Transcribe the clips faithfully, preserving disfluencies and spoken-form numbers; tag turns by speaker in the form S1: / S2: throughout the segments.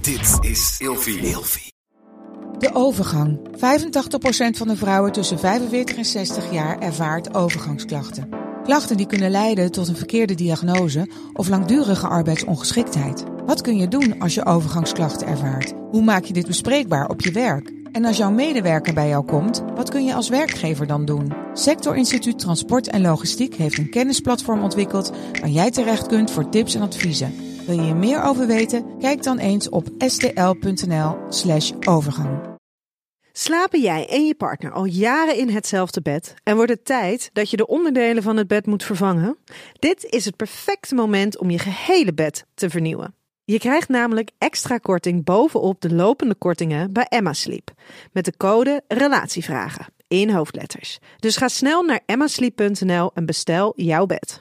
S1: Dit is Ilfie.
S2: De overgang. vijfentachtig procent van de vrouwen tussen vijfenveertig en zestig jaar ervaart overgangsklachten. Klachten die kunnen leiden tot een verkeerde diagnose of langdurige arbeidsongeschiktheid. Wat kun je doen als je overgangsklachten ervaart? Hoe maak je dit bespreekbaar op je werk? En als jouw medewerker bij jou komt, wat kun je als werkgever dan doen? Sector Instituut Transport en Logistiek heeft een kennisplatform ontwikkeld waar jij terecht kunt voor tips en adviezen. Wil je hier meer over weten? Kijk dan eens op stl.nl slash overgang.
S3: Slapen jij en je partner al jaren in hetzelfde bed en wordt het tijd dat je de onderdelen van het bed moet vervangen? Dit is het perfecte moment om je gehele bed te vernieuwen. Je krijgt namelijk extra korting bovenop de lopende kortingen bij Emma Sleep. Met de code RELATIEVRAGEN in hoofdletters. Dus ga snel naar emma sleep punt n l en bestel jouw bed.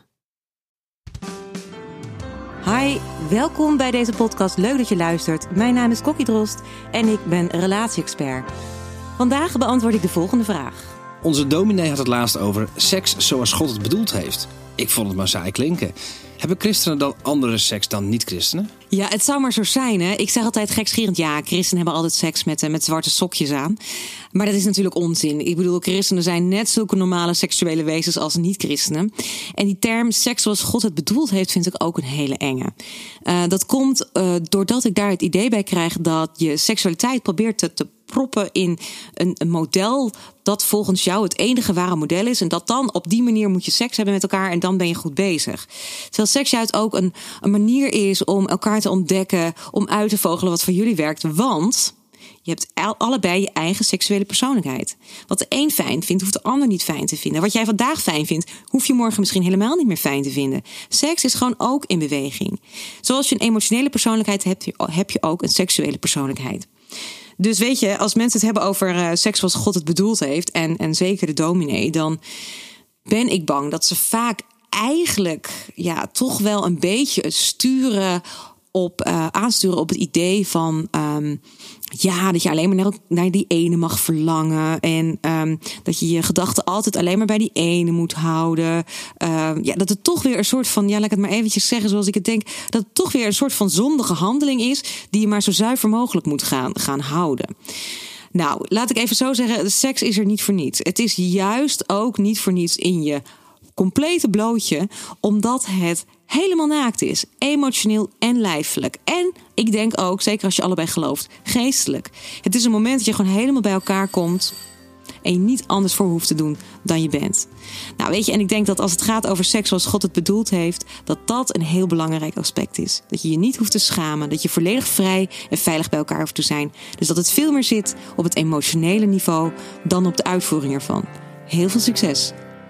S4: Hi, welkom bij deze podcast. Leuk dat je luistert. Mijn naam is Kokkie Drost en ik ben relatie-expert. Vandaag beantwoord ik de volgende vraag.
S5: Onze dominee had het laatst over seks zoals God het bedoeld heeft. Ik vond het maar saai klinken. Hebben christenen dan andere seks dan niet-christenen?
S4: Ja, het zou maar zo zijn, hè. Ik zeg altijd gekscherend, ja, christenen hebben altijd seks met, met zwarte sokjes aan. Maar dat is natuurlijk onzin. Ik bedoel, christenen zijn net zulke normale seksuele wezens als niet-christenen. En die term seks zoals God het bedoeld heeft, vind ik ook een hele enge. Uh, dat komt uh, doordat ik daar het idee bij krijg dat je seksualiteit probeert te, te proppen in een, een model dat volgens jou het enige ware model is. En dat dan op die manier moet je seks hebben met elkaar en dan ben je goed bezig. Terwijl seks juist ook een, een manier is om elkaar te ontdekken, om uit te vogelen wat voor jullie werkt. Want je hebt allebei je eigen seksuele persoonlijkheid. Wat de een fijn vindt, hoeft de ander niet fijn te vinden. Wat jij vandaag fijn vindt, hoef je morgen misschien helemaal niet meer fijn te vinden. Seks is gewoon ook in beweging. Zoals je een emotionele persoonlijkheid hebt, heb je ook een seksuele persoonlijkheid. Dus weet je, als mensen het hebben over uh, seks zoals God het bedoeld heeft, en, en zeker de dominee, dan ben ik bang dat ze vaak eigenlijk ja, toch wel een beetje sturen op, uh, aansturen op het idee van Um, ja, dat je alleen maar naar, naar die ene mag verlangen. En um, dat je je gedachten altijd alleen maar bij die ene moet houden. Uh, ja, dat het toch weer een soort van, ja, laat ik het maar eventjes zeggen zoals ik het denk, dat het toch weer een soort van zondige handeling is die je maar zo zuiver mogelijk moet gaan, gaan houden. Nou, laat ik even zo zeggen, seks is er niet voor niets. Het is juist ook niet voor niets in je complete blootje, omdat het helemaal naakt is. Emotioneel en lijfelijk. En ik denk ook, zeker als je allebei gelooft, geestelijk. Het is een moment dat je gewoon helemaal bij elkaar komt en je niet anders voor hoeft te doen dan je bent. Nou, weet je, en ik denk dat als het gaat over seks zoals God het bedoeld heeft, dat dat een heel belangrijk aspect is. Dat je je niet hoeft te schamen, dat je volledig vrij en veilig bij elkaar hoeft te zijn. Dus dat het veel meer zit op het emotionele niveau dan op de uitvoering ervan. Heel veel succes!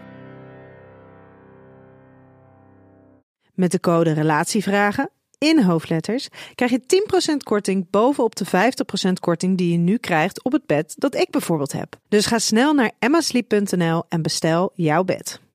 S3: Met de code RELATIEVRAGEN in hoofdletters krijg je tien procent korting bovenop de vijftig procent korting die je nu krijgt op het bed dat ik bijvoorbeeld heb. Dus ga snel naar emma sleep punt n l en bestel jouw bed.